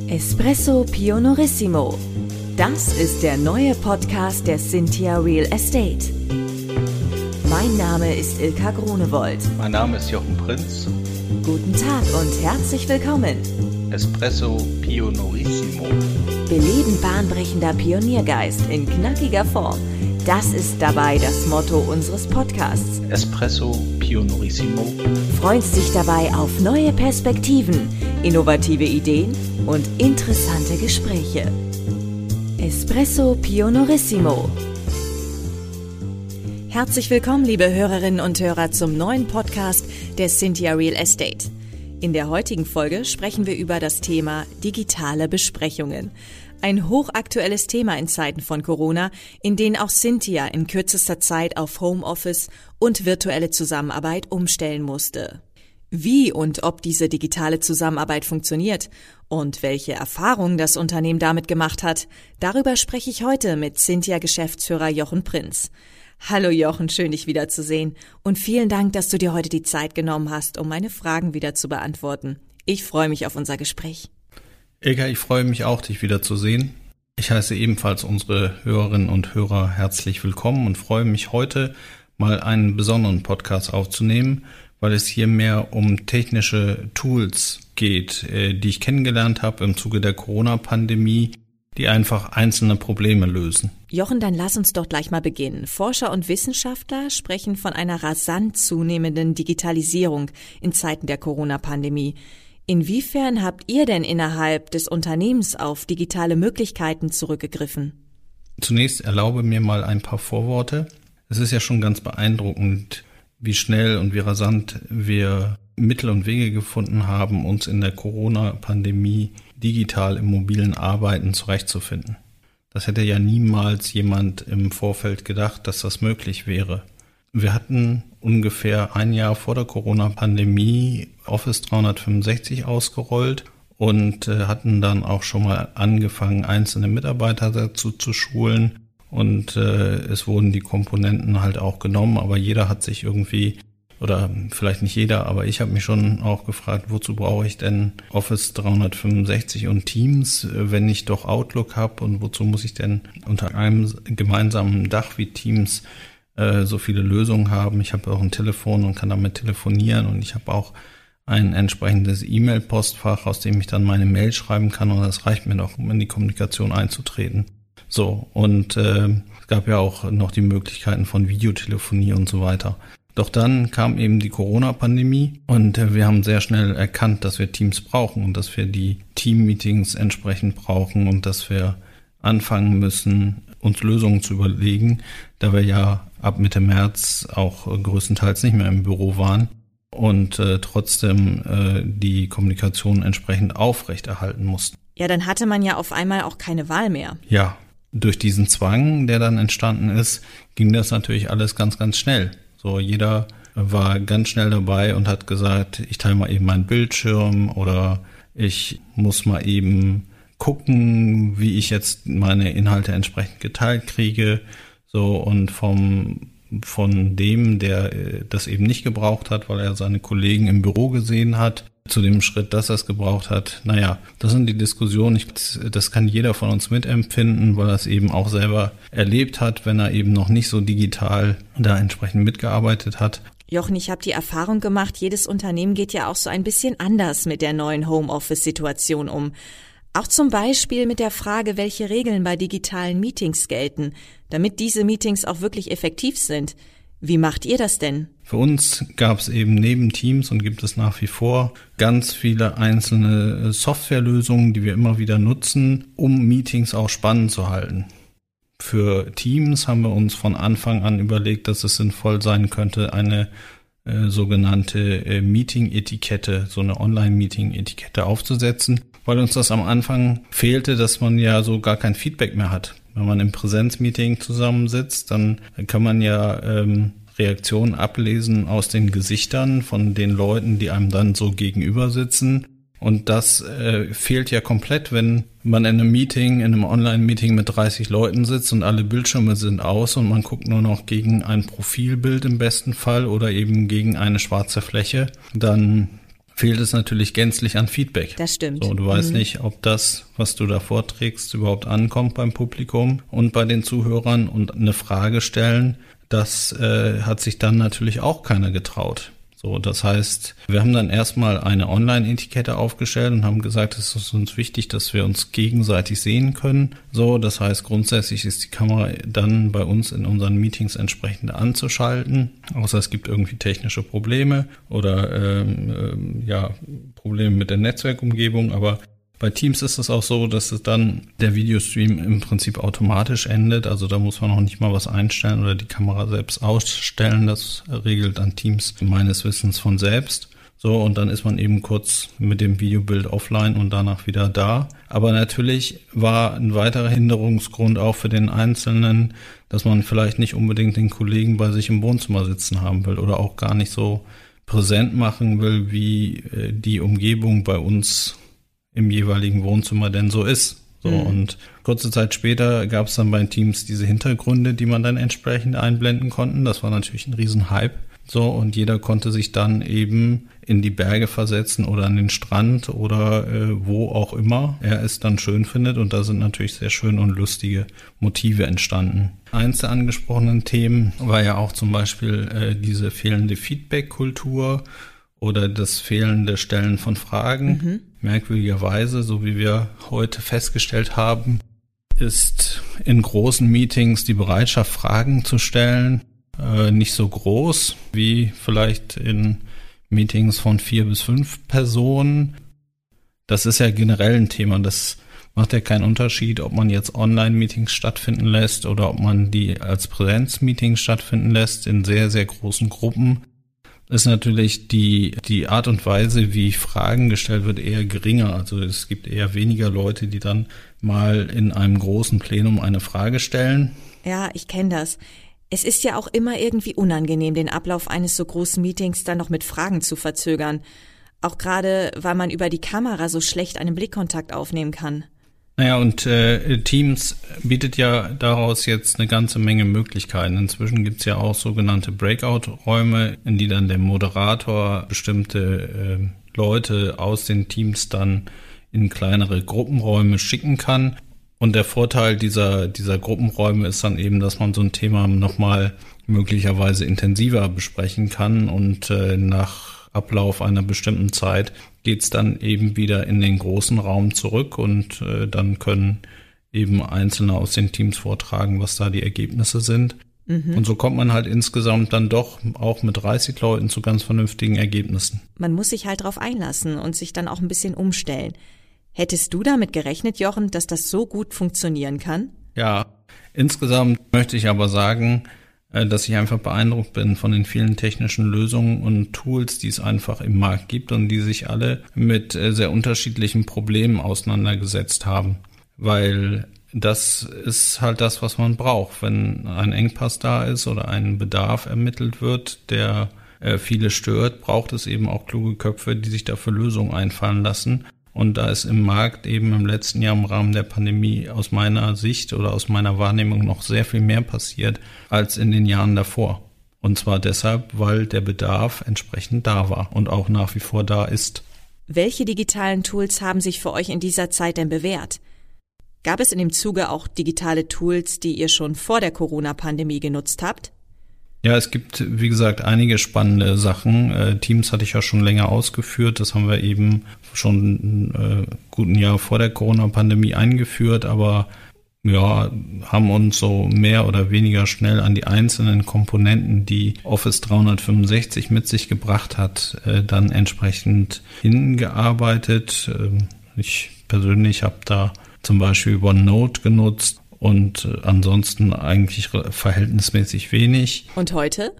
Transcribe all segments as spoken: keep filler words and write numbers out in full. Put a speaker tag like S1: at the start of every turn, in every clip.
S1: Espresso Pionorissimo. Das ist der neue Podcast der Cynthia Real Estate. Mein Name ist Ilka Grunewold.
S2: Mein Name ist Jochen Prinz.
S1: Guten Tag und herzlich willkommen.
S2: Espresso Pionorissimo.
S1: Beleben bahnbrechender Pioniergeist in knackiger Form. Das ist dabei das Motto unseres Podcasts.
S2: Espresso Pionorissimo.
S1: Freust dich dabei auf neue Perspektiven, innovative Ideen und interessante Gespräche. Espresso Pionorissimo. Herzlich willkommen, liebe Hörerinnen und Hörer, zum neuen Podcast der Cynthia Real Estate. In der heutigen Folge sprechen wir über das Thema digitale Besprechungen. Ein hochaktuelles Thema in Zeiten von Corona, in denen auch Cynthia in kürzester Zeit auf Homeoffice und virtuelle Zusammenarbeit umstellen musste. Wie und ob diese digitale Zusammenarbeit funktioniert und welche Erfahrungen das Unternehmen damit gemacht hat, darüber spreche ich heute mit Cynthia-Geschäftsführer Jochen Prinz. Hallo Jochen, schön dich wiederzusehen und vielen Dank, dass du dir heute die Zeit genommen hast, um meine Fragen wieder zu beantworten. Ich freue mich auf unser Gespräch.
S2: Ilka, ich freue mich auch, dich wiederzusehen. Ich heiße ebenfalls unsere Hörerinnen und Hörer herzlich willkommen und freue mich heute mal einen besonderen Podcast aufzunehmen, weil es hier mehr um technische Tools geht, die ich kennengelernt habe im Zuge der Corona-Pandemie, die einfach einzelne Probleme lösen.
S1: Jochen, dann lass uns doch gleich mal beginnen. Forscher und Wissenschaftler sprechen von einer rasant zunehmenden Digitalisierung in Zeiten der Corona-Pandemie. Inwiefern habt ihr denn innerhalb des Unternehmens auf digitale Möglichkeiten zurückgegriffen?
S2: Zunächst erlaube mir mal ein paar Vorworte. Es ist ja schon ganz beeindruckend, wie schnell und wie rasant wir Mittel und Wege gefunden haben, uns in der Corona-Pandemie digital im mobilen Arbeiten zurechtzufinden. Das hätte ja niemals jemand im Vorfeld gedacht, dass das möglich wäre. Wir hatten ungefähr ein Jahr vor der Corona-Pandemie Office dreihundertfünfundsechzig ausgerollt und äh, hatten dann auch schon mal angefangen, einzelne Mitarbeiter dazu zu schulen. Und äh, es wurden die Komponenten halt auch genommen, aber jeder hat sich irgendwie, oder vielleicht nicht jeder, aber ich habe mich schon auch gefragt, wozu brauche ich denn Office dreihundertfünfundsechzig und Teams, wenn ich doch Outlook habe, und wozu muss ich denn unter einem gemeinsamen Dach wie Teams äh, so viele Lösungen haben. Ich habe auch ein Telefon und kann damit telefonieren, und ich habe auch ein entsprechendes E-Mail-Postfach, aus dem ich dann meine Mail schreiben kann, und das reicht mir doch, um in die Kommunikation einzutreten. So, und äh, es gab ja auch noch die Möglichkeiten von Videotelefonie und so weiter. Doch dann kam eben die Corona-Pandemie, und äh, wir haben sehr schnell erkannt, dass wir Teams brauchen und dass wir die Team-Meetings entsprechend brauchen und dass wir anfangen müssen, uns Lösungen zu überlegen, da wir ja ab Mitte März auch äh, größtenteils nicht mehr im Büro waren und äh, trotzdem äh, die Kommunikation entsprechend aufrechterhalten mussten.
S1: Ja, dann hatte man ja auf einmal auch keine Wahl mehr.
S2: Ja, durch diesen Zwang, der dann entstanden ist, ging das natürlich alles ganz, ganz schnell. So, jeder war ganz schnell dabei und hat gesagt, ich teile mal eben meinen Bildschirm oder ich muss mal eben gucken, wie ich jetzt meine Inhalte entsprechend geteilt kriege. So, und vom von dem, der das eben nicht gebraucht hat, weil er seine Kollegen im Büro gesehen hat, zu dem Schritt, dass er es gebraucht hat. Naja, das sind die Diskussionen. Ich, das kann jeder von uns mitempfinden, weil er es eben auch selber erlebt hat, wenn er eben noch nicht so digital da entsprechend mitgearbeitet hat.
S1: Jochen, ich habe die Erfahrung gemacht, jedes Unternehmen geht ja auch so ein bisschen anders mit der neuen Homeoffice-Situation um. Auch zum Beispiel mit der Frage, welche Regeln bei digitalen Meetings gelten, damit diese Meetings auch wirklich effektiv sind. Wie macht ihr das denn?
S2: Für uns gab es eben neben Teams und gibt es nach wie vor ganz viele einzelne Softwarelösungen, die wir immer wieder nutzen, um Meetings auch spannend zu halten. Für Teams haben wir uns von Anfang an überlegt, dass es sinnvoll sein könnte, eine äh, sogenannte äh, Meeting-Etikette, so eine Online-Meeting-Etikette aufzusetzen, weil uns das am Anfang fehlte, dass man ja so gar kein Feedback mehr hat. Wenn man im Präsenzmeeting zusammensitzt, dann kann man ja ähm, Reaktionen ablesen aus den Gesichtern von den Leuten, die einem dann so gegenüber sitzen. Und das äh, fehlt ja komplett, wenn man in einem Meeting, in einem Online-Meeting mit dreißig Leuten sitzt und alle Bildschirme sind aus und man guckt nur noch gegen ein Profilbild im besten Fall oder eben gegen eine schwarze Fläche. Dann fehlt es natürlich gänzlich an Feedback.
S1: Das stimmt.
S2: So, du weißt
S1: mhm.
S2: nicht, ob das, was du da vorträgst, überhaupt ankommt beim Publikum und bei den Zuhörern, und eine Frage stellen, das äh, hat sich dann natürlich auch keiner getraut. So, das heißt, wir haben dann erstmal eine Online-Etikette aufgestellt und haben gesagt, es ist uns wichtig, dass wir uns gegenseitig sehen können. So, das heißt, grundsätzlich ist die Kamera dann bei uns in unseren Meetings entsprechend anzuschalten, außer es gibt irgendwie technische Probleme oder ähm, ähm, ja Probleme mit der Netzwerkumgebung, aber bei Teams ist es auch so, dass es dann der Videostream im Prinzip automatisch endet. Also da muss man noch nicht mal was einstellen oder die Kamera selbst ausstellen. Das regelt dann Teams meines Wissens von selbst. So, und dann ist man eben kurz mit dem Videobild offline und danach wieder da. Aber natürlich war ein weiterer Hinderungsgrund auch für den Einzelnen, dass man vielleicht nicht unbedingt den Kollegen bei sich im Wohnzimmer sitzen haben will oder auch gar nicht so präsent machen will, wie die Umgebung bei uns im jeweiligen Wohnzimmer denn so ist. So, mhm. Und kurze Zeit später gab es dann bei Teams diese Hintergründe, die man dann entsprechend einblenden konnten. Das war natürlich ein Riesenhype. So, und jeder konnte sich dann eben in die Berge versetzen oder an den Strand oder äh, wo auch immer er es dann schön findet. Und da sind natürlich sehr schöne und lustige Motive entstanden. Eins der angesprochenen Themen war ja auch zum Beispiel äh, diese fehlende Feedback-Kultur oder das fehlende Stellen von Fragen. Mhm. Merkwürdigerweise, so wie wir heute festgestellt haben, ist in großen Meetings die Bereitschaft, Fragen zu stellen, äh, nicht so groß wie vielleicht in Meetings von vier bis fünf Personen. Das ist ja generell ein Thema. Das macht ja keinen Unterschied, ob man jetzt Online-Meetings stattfinden lässt oder ob man die als Präsenz-Meetings stattfinden lässt in sehr, sehr großen Gruppen. Ist natürlich die die Art und Weise, wie Fragen gestellt wird, eher geringer. Also es gibt eher weniger Leute, die dann mal in einem großen Plenum eine Frage stellen.
S1: Ja, ich kenne das. Es ist ja auch immer irgendwie unangenehm, den Ablauf eines so großen Meetings dann noch mit Fragen zu verzögern. Auch gerade, weil man über die Kamera so schlecht einen Blickkontakt aufnehmen kann.
S2: Naja, und äh, Teams bietet ja daraus jetzt eine ganze Menge Möglichkeiten. Inzwischen gibt's ja auch sogenannte Breakout-Räume, in die dann der Moderator bestimmte äh, Leute aus den Teams dann in kleinere Gruppenräume schicken kann. Und der Vorteil dieser dieser Gruppenräume ist dann eben, dass man so ein Thema nochmal möglicherweise intensiver besprechen kann und äh, nach Ablauf einer bestimmten Zeit geht's dann eben wieder in den großen Raum zurück und äh, dann können eben Einzelne aus den Teams vortragen, was da die Ergebnisse sind. Mhm. Und so kommt man halt insgesamt dann doch auch mit dreißig Leuten zu ganz vernünftigen Ergebnissen.
S1: Man muss sich halt drauf einlassen und sich dann auch ein bisschen umstellen. Hättest du damit gerechnet, Jochen, dass das so gut funktionieren kann?
S2: Ja, insgesamt möchte ich aber sagen, dass ich einfach beeindruckt bin von den vielen technischen Lösungen und Tools, die es einfach im Markt gibt und die sich alle mit sehr unterschiedlichen Problemen auseinandergesetzt haben. Weil das ist halt das, was man braucht. Wenn ein Engpass da ist oder ein Bedarf ermittelt wird, der viele stört, braucht es eben auch kluge Köpfe, die sich dafür Lösungen einfallen lassen. Und da ist im Markt eben im letzten Jahr im Rahmen der Pandemie aus meiner Sicht oder aus meiner Wahrnehmung noch sehr viel mehr passiert als in den Jahren davor. Und zwar deshalb, weil der Bedarf entsprechend da war und auch nach wie vor da ist.
S1: Welche digitalen Tools haben sich für euch in dieser Zeit denn bewährt? Gab es in dem Zuge auch digitale Tools, die ihr schon vor der Corona-Pandemie genutzt habt?
S2: Ja, es gibt, wie gesagt, einige spannende Sachen. Äh, Teams hatte ich ja schon länger ausgeführt. Das haben wir eben schon äh, gut ein Jahr vor der Corona-Pandemie eingeführt, aber ja, haben uns so mehr oder weniger schnell an die einzelnen Komponenten, die Office dreihundertfünfundsechzig mit sich gebracht hat, äh, dann entsprechend hingearbeitet. Äh, ich persönlich habe da zum Beispiel OneNote genutzt. Und ansonsten eigentlich verhältnismäßig wenig.
S1: Und heute?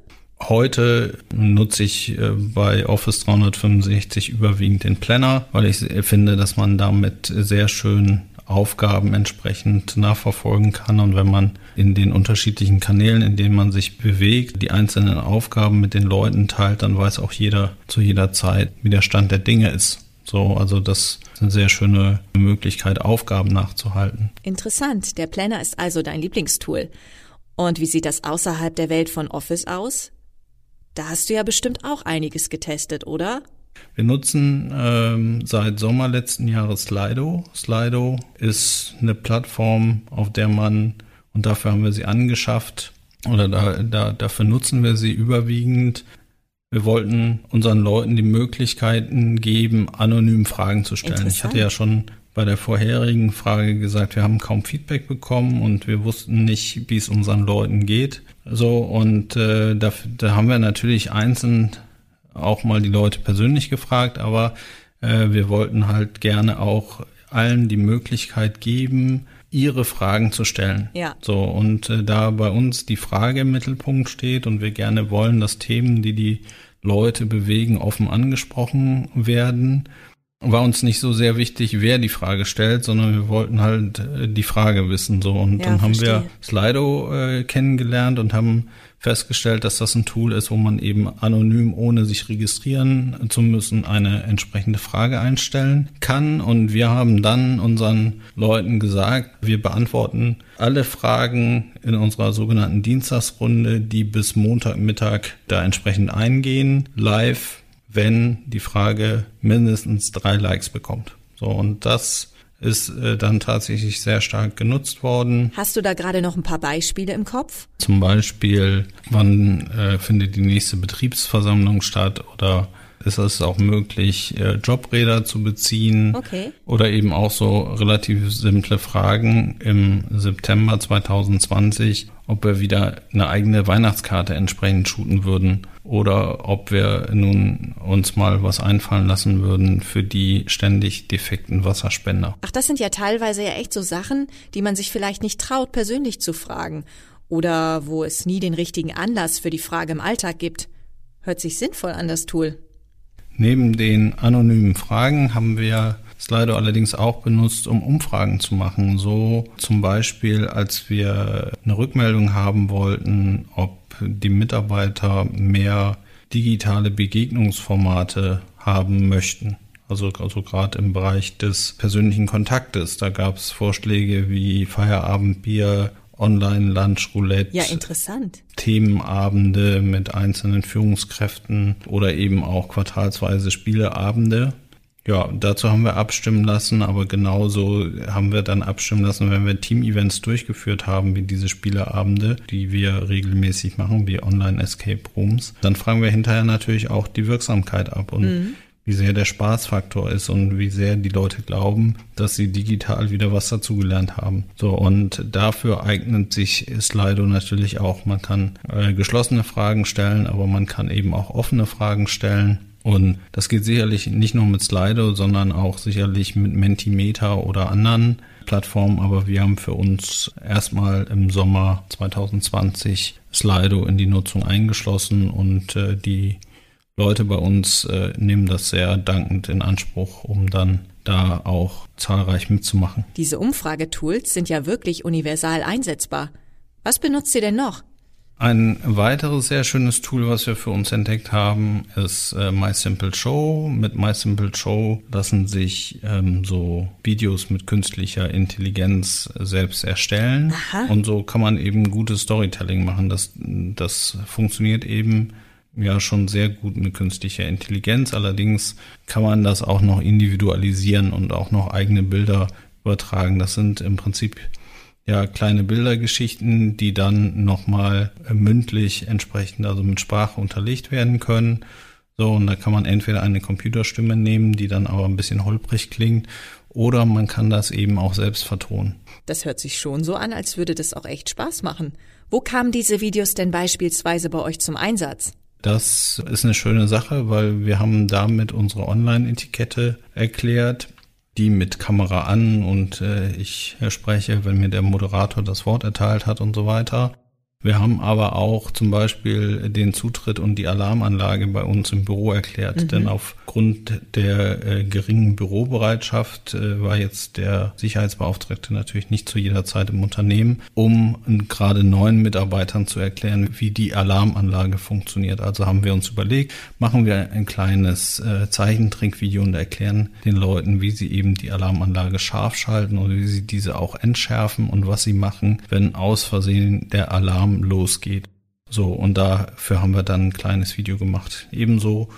S2: Heute nutze ich bei Office dreihundertfünfundsechzig überwiegend den Planner, weil ich finde, dass man damit sehr schön Aufgaben entsprechend nachverfolgen kann. Und wenn man in den unterschiedlichen Kanälen, in denen man sich bewegt, die einzelnen Aufgaben mit den Leuten teilt, dann weiß auch jeder zu jeder Zeit, wie der Stand der Dinge ist. So, also das ist eine sehr schöne Möglichkeit, Aufgaben nachzuhalten.
S1: Interessant. Der Planner ist also dein Lieblingstool. Und wie sieht das außerhalb der Welt von Office aus? Da hast du ja bestimmt auch einiges getestet, oder?
S2: Wir nutzen ähm, seit Sommer letzten Jahres Slido. Slido ist eine Plattform, auf der man, und dafür haben wir sie angeschafft, oder da, da, dafür nutzen wir sie überwiegend. Wir wollten unseren Leuten die Möglichkeiten geben, anonym Fragen zu stellen. Ich hatte ja schon bei der vorherigen Frage gesagt, wir haben kaum Feedback bekommen und wir wussten nicht, wie es unseren Leuten geht. So, und äh, da, da haben wir natürlich einzeln auch mal die Leute persönlich gefragt, aber äh, wir wollten halt gerne auch allen die Möglichkeit geben, ihre Fragen zu stellen.
S1: Ja.
S2: So, und äh, da bei uns die Frage im Mittelpunkt steht und wir gerne wollen, dass Themen, die die Leute bewegen, offen angesprochen werden, war uns nicht so sehr wichtig, wer die Frage stellt, sondern wir wollten halt äh, die Frage wissen. So, und
S1: ja,
S2: dann haben
S1: verstehe.
S2: wir Slido äh, kennengelernt und haben festgestellt, dass das ein Tool ist, wo man eben anonym, ohne sich registrieren zu müssen, eine entsprechende Frage einstellen kann. Und wir haben dann unseren Leuten gesagt, wir beantworten alle Fragen in unserer sogenannten Dienstagsrunde, die bis Montagmittag da entsprechend eingehen, live, wenn die Frage mindestens drei Likes bekommt. So, und das ist äh, dann tatsächlich sehr stark genutzt worden.
S1: Hast du da gerade noch ein paar Beispiele im Kopf?
S2: Zum Beispiel, wann äh, findet die nächste Betriebsversammlung statt, oder ist es auch möglich, äh, Jobräder zu beziehen?
S1: Okay.
S2: Oder eben auch so relativ simple Fragen im September zwanzig zwanzig, ob wir wieder eine eigene Weihnachtskarte entsprechend shooten würden oder ob wir nun uns mal was einfallen lassen würden für die ständig defekten Wasserspender.
S1: Ach, das sind ja teilweise ja echt so Sachen, die man sich vielleicht nicht traut, persönlich zu fragen. Oder wo es nie den richtigen Anlass für die Frage im Alltag gibt. Hört sich sinnvoll an, das Tool.
S2: Neben den anonymen Fragen haben wir Slido allerdings auch benutzt, um Umfragen zu machen. So zum Beispiel, als wir eine Rückmeldung haben wollten, ob die Mitarbeiter mehr digitale Begegnungsformate haben möchten. Also, also gerade im Bereich des persönlichen Kontaktes. Da gab es Vorschläge wie Feierabendbier, Online-Lunch-Roulette.
S1: Ja, interessant.
S2: Themenabende mit einzelnen Führungskräften oder eben auch quartalsweise Spieleabende. Ja, dazu haben wir abstimmen lassen, aber genauso haben wir dann abstimmen lassen, wenn wir Team-Events durchgeführt haben, wie diese Spieleabende, die wir regelmäßig machen, wie Online-Escape Rooms. Dann fragen wir hinterher natürlich auch die Wirksamkeit ab und mhm. wie sehr der Spaßfaktor ist und wie sehr die Leute glauben, dass sie digital wieder was dazugelernt haben. So, und dafür eignet sich Slido natürlich auch. Man kann äh, geschlossene Fragen stellen, aber man kann eben auch offene Fragen stellen. Und das geht sicherlich nicht nur mit Slido, sondern auch sicherlich mit Mentimeter oder anderen Plattformen. Aber wir haben für uns erstmal im Sommer zwanzig zwanzig Slido in die Nutzung eingeschlossen und äh, die Leute bei uns äh, nehmen das sehr dankend in Anspruch, um dann da auch zahlreich mitzumachen.
S1: Diese Umfragetools sind ja wirklich universal einsetzbar. Was benutzt ihr denn noch?
S2: Ein weiteres sehr schönes Tool, was wir für uns entdeckt haben, ist äh, MySimpleShow. Mit MySimpleShow lassen sich ähm, so Videos mit künstlicher Intelligenz selbst erstellen.
S1: Aha.
S2: Und so kann man eben gutes Storytelling machen. Das, das funktioniert eben ja schon sehr gut mit künstlicher Intelligenz. Allerdings kann man das auch noch individualisieren und auch noch eigene Bilder übertragen. Das sind im Prinzip ja kleine Bildergeschichten, die dann nochmal mündlich entsprechend, also mit Sprache unterlegt werden können. So, und da kann man entweder eine Computerstimme nehmen, die dann aber ein bisschen holprig klingt, oder man kann das eben auch selbst vertonen.
S1: Das hört sich schon so an, als würde das auch echt Spaß machen. Wo kamen diese Videos denn beispielsweise bei euch zum Einsatz?
S2: Das ist eine schöne Sache, weil wir haben damit unsere Online-Etikette erklärt, die mit Kamera an und äh, ich spreche, wenn mir der Moderator das Wort erteilt hat und so weiter. Wir haben aber auch zum Beispiel den Zutritt und die Alarmanlage bei uns im Büro erklärt, mhm. denn aufgrund der äh, geringen Bürobereitschaft äh, war jetzt der Sicherheitsbeauftragte natürlich nicht zu jeder Zeit im Unternehmen, um gerade neuen Mitarbeitern zu erklären, wie die Alarmanlage funktioniert. Also haben wir uns überlegt, machen wir ein kleines äh, Zeichentrickvideo und erklären den Leuten, wie sie eben die Alarmanlage scharf schalten und wie sie diese auch entschärfen und was sie machen, wenn aus Versehen der Alarm losgeht. So, und dafür haben wir dann ein kleines Video gemacht. Ebenso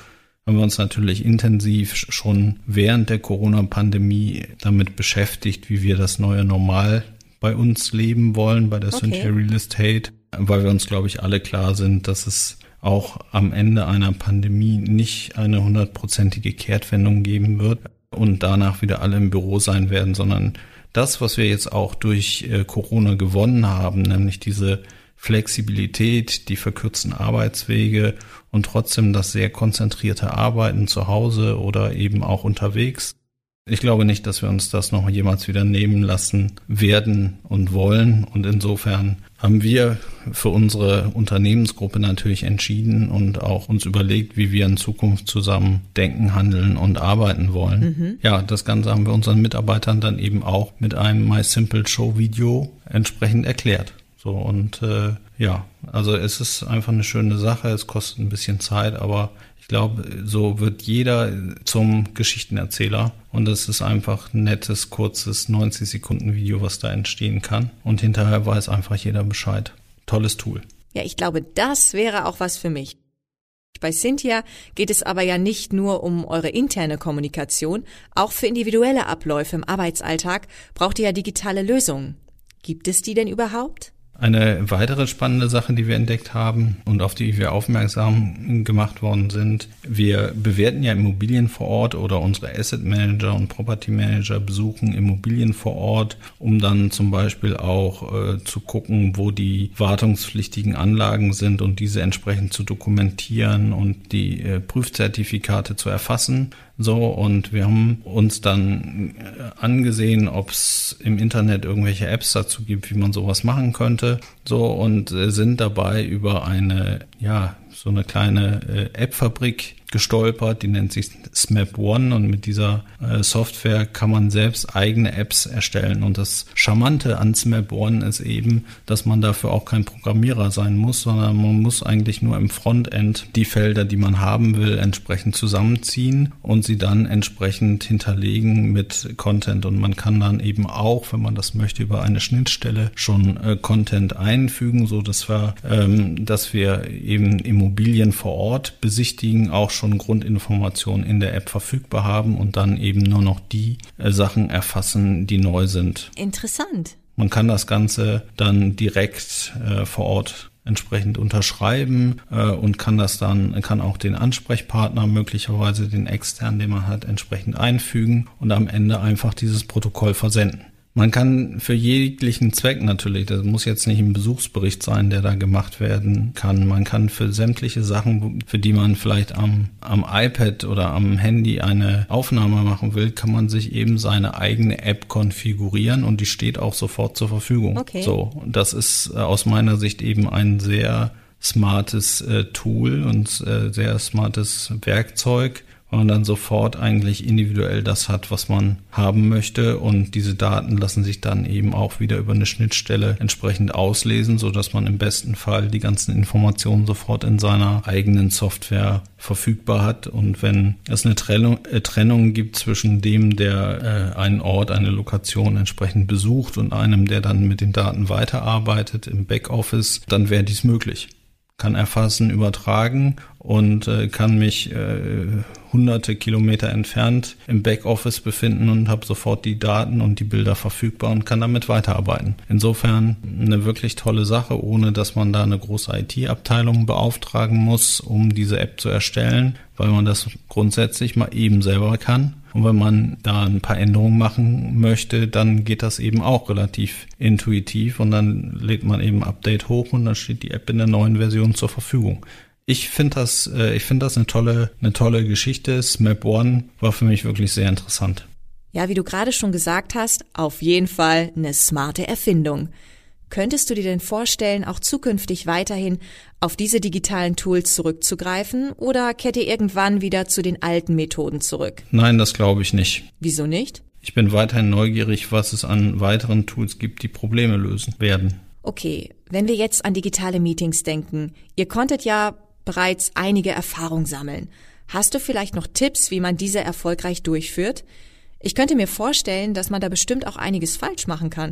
S2: haben wir uns natürlich intensiv schon während der Corona-Pandemie damit beschäftigt, wie wir das neue Normal bei uns leben wollen, bei der
S1: Okay.
S2: Cynthia Real Estate, weil wir uns, glaube ich, alle klar sind, dass es auch am Ende einer Pandemie nicht eine hundertprozentige Kehrtwendung geben wird und danach wieder alle im Büro sein werden, sondern das, was wir jetzt auch durch äh, Corona gewonnen haben, nämlich diese Flexibilität, die verkürzten Arbeitswege und trotzdem das sehr konzentrierte Arbeiten zu Hause oder eben auch unterwegs. Ich glaube nicht, dass wir uns das noch jemals wieder nehmen lassen werden und wollen. Und insofern haben wir für unsere Unternehmensgruppe natürlich entschieden und auch uns überlegt, wie wir in Zukunft zusammen denken, handeln und arbeiten wollen. Mhm. Ja, das Ganze haben wir unseren Mitarbeitern dann eben auch mit einem My Simple Show Video entsprechend erklärt. So und äh, ja, also es ist einfach eine schöne Sache, es kostet ein bisschen Zeit, aber ich glaube, so wird jeder zum Geschichtenerzähler und es ist einfach ein nettes, kurzes neunzig Sekunden Video, was da entstehen kann und hinterher weiß einfach jeder Bescheid. Tolles Tool.
S1: Ja, ich glaube, das wäre auch was für mich. Bei Cynthia geht es aber ja nicht nur um eure interne Kommunikation, auch für individuelle Abläufe im Arbeitsalltag braucht ihr ja digitale Lösungen. Gibt es die denn überhaupt?
S2: Eine weitere spannende Sache, die wir entdeckt haben und auf die wir aufmerksam gemacht worden sind, wir bewerten ja Immobilien vor Ort oder unsere Asset Manager und Property Manager besuchen Immobilien vor Ort, um dann zum Beispiel auch äh, zu gucken, wo die wartungspflichtigen Anlagen sind und diese entsprechend zu dokumentieren und die äh, Prüfzertifikate zu erfassen. So, und wir haben uns dann angesehen, ob es im Internet irgendwelche Apps dazu gibt, wie man sowas machen könnte. So, und sind dabei über eine, ja, so eine kleine äh, App-Fabrik gestolpert, die nennt sich SMAP One und mit dieser äh, Software kann man selbst eigene Apps erstellen und das Charmante an SMAP One ist eben, dass man dafür auch kein Programmierer sein muss, sondern man muss eigentlich nur im Frontend die Felder, die man haben will, entsprechend zusammenziehen und sie dann entsprechend hinterlegen mit Content und man kann dann eben auch, wenn man das möchte, über eine Schnittstelle schon äh, Content einfügen, so dass wir, ähm, dass wir eben Immobilien vor Ort besichtigen, auch schon Grundinformationen in der App verfügbar haben und dann eben nur noch die äh, Sachen erfassen, die neu sind.
S1: Interessant.
S2: Man kann das Ganze dann direkt äh, vor Ort entsprechend unterschreiben äh, und kann das dann, kann auch den Ansprechpartner, möglicherweise den externen, den man hat, entsprechend einfügen und am Ende einfach dieses Protokoll versenden. Man kann für jeglichen Zweck natürlich, das muss jetzt nicht ein Besuchsbericht sein, der da gemacht werden kann. Man kann für sämtliche Sachen, für die man vielleicht am, am iPad oder am Handy eine Aufnahme machen will, kann man sich eben seine eigene App konfigurieren und die steht auch sofort zur Verfügung.
S1: Okay.
S2: So, das ist aus meiner Sicht eben ein sehr smartes äh, Tool und äh, sehr smartes Werkzeug, weil man dann sofort eigentlich individuell das hat, was man haben möchte und diese Daten lassen sich dann eben auch wieder über eine Schnittstelle entsprechend auslesen, so dass man im besten Fall die ganzen Informationen sofort in seiner eigenen Software verfügbar hat und wenn es eine Trennung, äh, Trennung gibt zwischen dem, der äh, einen Ort, eine Lokation entsprechend besucht und einem, der dann mit den Daten weiterarbeitet im Backoffice, dann wäre dies möglich. Kann erfassen, übertragen und äh, kann mich äh, hunderte Kilometer entfernt im Backoffice befinden und habe sofort die Daten und die Bilder verfügbar und kann damit weiterarbeiten. Insofern eine wirklich tolle Sache, ohne dass man da eine große I T-Abteilung beauftragen muss, um diese App zu erstellen, weil man das grundsätzlich mal eben selber kann. Und wenn man da ein paar Änderungen machen möchte, dann geht das eben auch relativ intuitiv und dann lädt man eben ein Update hoch und dann steht die App in der neuen Version zur Verfügung. Ich finde das, äh, ich finde das eine tolle, eine tolle Geschichte. SMAP One war für mich wirklich sehr interessant.
S1: Ja, wie du gerade schon gesagt hast, auf jeden Fall eine smarte Erfindung. Könntest du dir denn vorstellen, auch zukünftig weiterhin auf diese digitalen Tools zurückzugreifen oder kehrt ihr irgendwann wieder zu den alten Methoden zurück?
S2: Nein, das glaube ich nicht.
S1: Wieso nicht?
S2: Ich bin weiterhin neugierig, was es an weiteren Tools gibt, die Probleme lösen werden.
S1: Okay, wenn wir jetzt an digitale Meetings denken, ihr konntet ja bereits einige Erfahrung sammeln. Hast du vielleicht noch Tipps, wie man diese erfolgreich durchführt? Ich könnte mir vorstellen, dass man da bestimmt auch einiges falsch machen kann.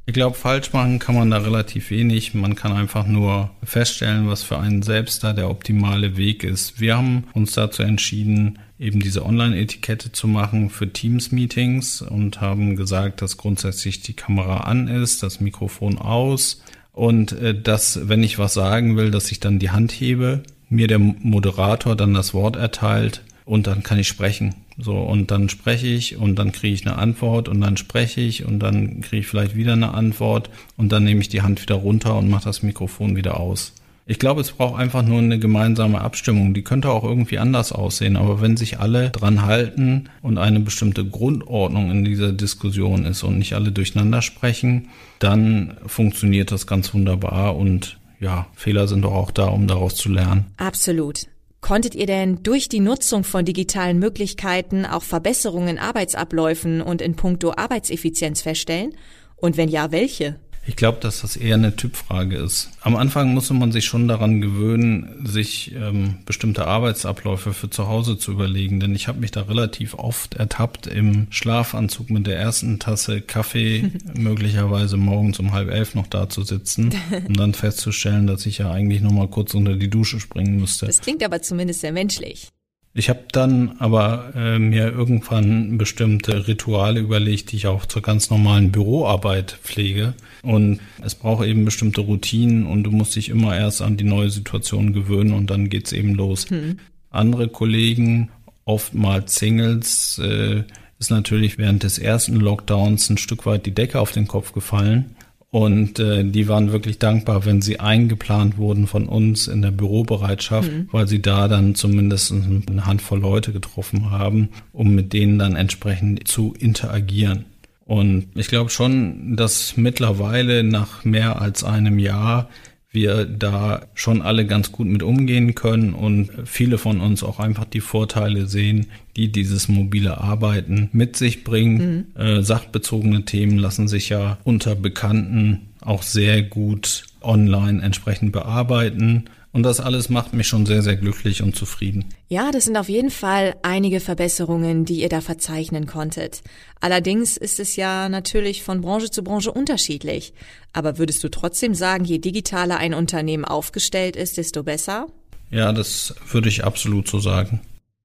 S2: Ich glaube, falsch machen kann man da relativ wenig. Man kann einfach nur feststellen, was für einen selbst da der optimale Weg ist. Wir haben uns dazu entschieden, eben diese Online-Etikette zu machen für Teams-Meetings und haben gesagt, dass grundsätzlich die Kamera an ist, das Mikrofon aus und äh, dass, wenn ich was sagen will, dass ich dann die Hand hebe, mir der Moderator dann das Wort erteilt und dann kann ich sprechen. So, und dann spreche ich und dann kriege ich eine Antwort und dann spreche ich und dann kriege ich vielleicht wieder eine Antwort und dann nehme ich die Hand wieder runter und mache das Mikrofon wieder aus. Ich glaube, es braucht einfach nur eine gemeinsame Abstimmung. Die könnte auch irgendwie anders aussehen, aber wenn sich alle dran halten und eine bestimmte Grundordnung in dieser Diskussion ist und nicht alle durcheinander sprechen, dann funktioniert das ganz wunderbar und ja, Fehler sind doch auch da, um daraus zu lernen.
S1: Absolut. Konntet ihr denn durch die Nutzung von digitalen Möglichkeiten auch Verbesserungen in Arbeitsabläufen und in puncto Arbeitseffizienz feststellen? Und wenn ja, welche?
S2: Ich glaube, dass das eher eine Typfrage ist. Am Anfang musste man sich schon daran gewöhnen, sich ähm, bestimmte Arbeitsabläufe für zu Hause zu überlegen. Denn ich habe mich da relativ oft ertappt, im Schlafanzug mit der ersten Tasse Kaffee möglicherweise morgens um halb elf noch da zu sitzen, um dann festzustellen, dass ich ja eigentlich nur mal kurz unter die Dusche springen müsste.
S1: Das klingt aber zumindest sehr menschlich.
S2: Ich habe dann aber äh, mir irgendwann bestimmte Rituale überlegt, die ich auch zur ganz normalen Büroarbeit pflege. Und es braucht eben bestimmte Routinen und du musst dich immer erst an die neue Situation gewöhnen und dann geht's eben los. Hm. Andere Kollegen, oftmals Singles, äh, ist natürlich während des ersten Lockdowns ein Stück weit die Decke auf den Kopf gefallen. Und äh, die waren wirklich dankbar, wenn sie eingeplant wurden von uns in der Bürobereitschaft, mhm. weil sie da dann zumindest eine Handvoll Leute getroffen haben, um mit denen dann entsprechend zu interagieren. Und ich glaube schon, dass mittlerweile nach mehr als einem Jahr wir da schon alle ganz gut mit umgehen können und viele von uns auch einfach die Vorteile sehen, die dieses mobile Arbeiten mit sich bringen. Mhm. Äh, sachbezogene Themen lassen sich ja unter Bekannten auch sehr gut online entsprechend bearbeiten. Und das alles macht mich schon sehr, sehr glücklich und zufrieden.
S1: Ja, das sind auf jeden Fall einige Verbesserungen, die ihr da verzeichnen konntet. Allerdings ist es ja natürlich von Branche zu Branche unterschiedlich. Aber würdest du trotzdem sagen, je digitaler ein Unternehmen aufgestellt ist, desto besser?
S2: Ja, das würde ich absolut so sagen.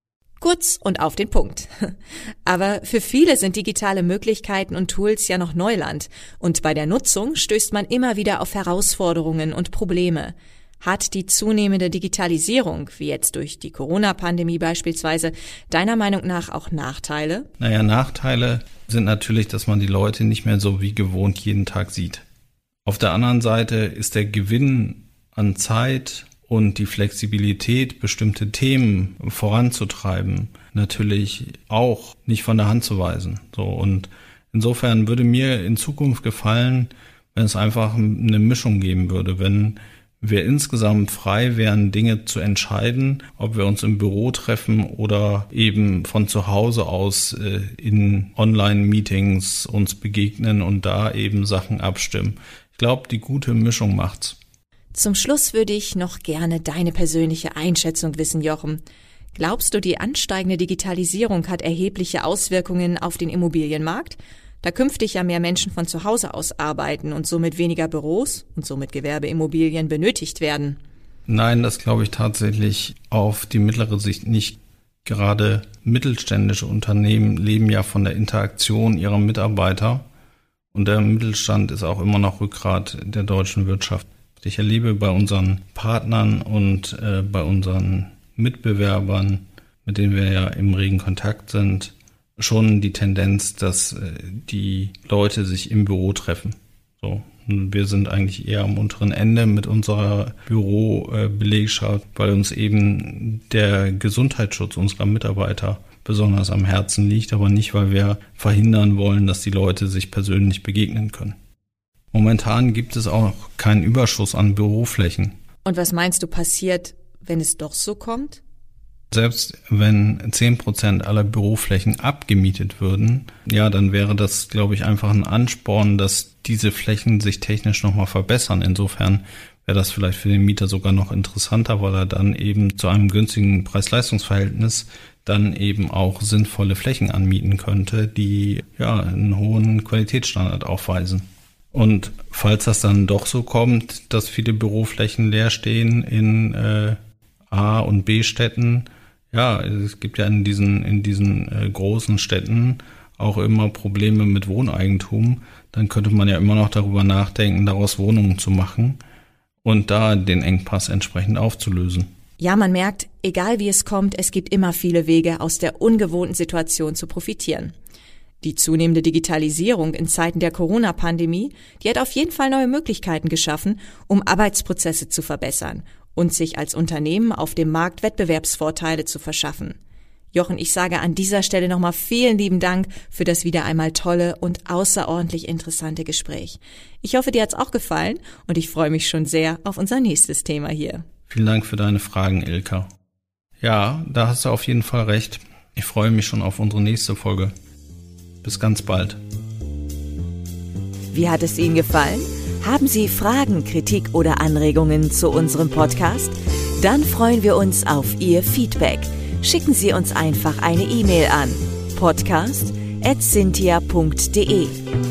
S1: Kurz und auf den Punkt. Aber für viele sind digitale Möglichkeiten und Tools ja noch Neuland. Und bei der Nutzung stößt man immer wieder auf Herausforderungen und Probleme. Hat die zunehmende Digitalisierung, wie jetzt durch die Corona-Pandemie beispielsweise, deiner Meinung nach auch Nachteile?
S2: Naja, Nachteile sind natürlich, dass man die Leute nicht mehr so wie gewohnt jeden Tag sieht. Auf der anderen Seite ist der Gewinn an Zeit und die Flexibilität, bestimmte Themen voranzutreiben, natürlich auch nicht von der Hand zu weisen. So, und insofern würde mir in Zukunft gefallen, wenn es einfach eine Mischung geben würde, wenn wir insgesamt frei wären, Dinge zu entscheiden, ob wir uns im Büro treffen oder eben von zu Hause aus äh, in Online-Meetings uns begegnen und da eben Sachen abstimmen. Ich glaube, die gute Mischung macht's.
S1: Zum Schluss würde ich noch gerne deine persönliche Einschätzung wissen, Jochen. Glaubst du, die ansteigende Digitalisierung hat erhebliche Auswirkungen auf den Immobilienmarkt? Da künftig ja mehr Menschen von zu Hause aus arbeiten und somit weniger Büros und somit Gewerbeimmobilien benötigt werden.
S2: Nein, das glaube ich tatsächlich auf die mittlere Sicht nicht. Gerade mittelständische Unternehmen leben ja von der Interaktion ihrer Mitarbeiter und der Mittelstand ist auch immer noch Rückgrat der deutschen Wirtschaft. Ich erlebe bei unseren Partnern und äh, bei unseren Mitbewerbern, mit denen wir ja im regen Kontakt sind, schon die Tendenz, dass äh, die Leute sich im Büro treffen. So, wir sind eigentlich eher am unteren Ende mit unserer Bürobelegschaft, weil uns eben der Gesundheitsschutz unserer Mitarbeiter besonders am Herzen liegt, aber nicht, weil wir verhindern wollen, dass die Leute sich persönlich begegnen können. Momentan gibt es auch keinen Überschuss an Büroflächen.
S1: Und was meinst du passiert, wenn es doch so kommt?
S2: Selbst wenn zehn Prozent aller Büroflächen abgemietet würden, ja, dann wäre das, glaube ich, einfach ein Ansporn, dass diese Flächen sich technisch nochmal verbessern. Insofern wäre das vielleicht für den Mieter sogar noch interessanter, weil er dann eben zu einem günstigen Preis-Leistungs-Verhältnis dann eben auch sinnvolle Flächen anmieten könnte, die ja einen hohen Qualitätsstandard aufweisen. Und falls das dann doch so kommt, dass viele Büroflächen leer stehen in äh, A- und B-Städten, ja, es gibt ja in diesen, in diesen äh, großen Städten auch immer Probleme mit Wohneigentum, dann könnte man ja immer noch darüber nachdenken, daraus Wohnungen zu machen und da den Engpass entsprechend aufzulösen.
S1: Ja, man merkt, egal wie es kommt, es gibt immer viele Wege, aus der ungewohnten Situation zu profitieren. Die zunehmende Digitalisierung in Zeiten der Corona-Pandemie, die hat auf jeden Fall neue Möglichkeiten geschaffen, um Arbeitsprozesse zu verbessern und sich als Unternehmen auf dem Markt Wettbewerbsvorteile zu verschaffen. Jochen, ich sage an dieser Stelle nochmal vielen lieben Dank für das wieder einmal tolle und außerordentlich interessante Gespräch. Ich hoffe, dir hat's auch gefallen und ich freue mich schon sehr auf unser nächstes Thema hier.
S2: Vielen Dank für deine Fragen, Ilka. Ja, da hast du auf jeden Fall recht. Ich freue mich schon auf unsere nächste Folge. Bis ganz bald.
S1: Wie hat es Ihnen gefallen? Haben Sie Fragen, Kritik oder Anregungen zu unserem Podcast? Dann freuen wir uns auf Ihr Feedback. Schicken Sie uns einfach eine E-Mail an podcast at cynthia punkt de.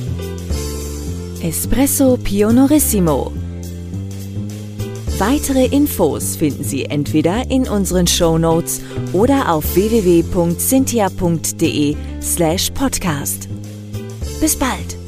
S1: Espresso Pionorissimo. Weitere Infos finden Sie entweder in unseren Shownotes oder auf w w w punkt cynthia punkt de slash podcast. Bis bald!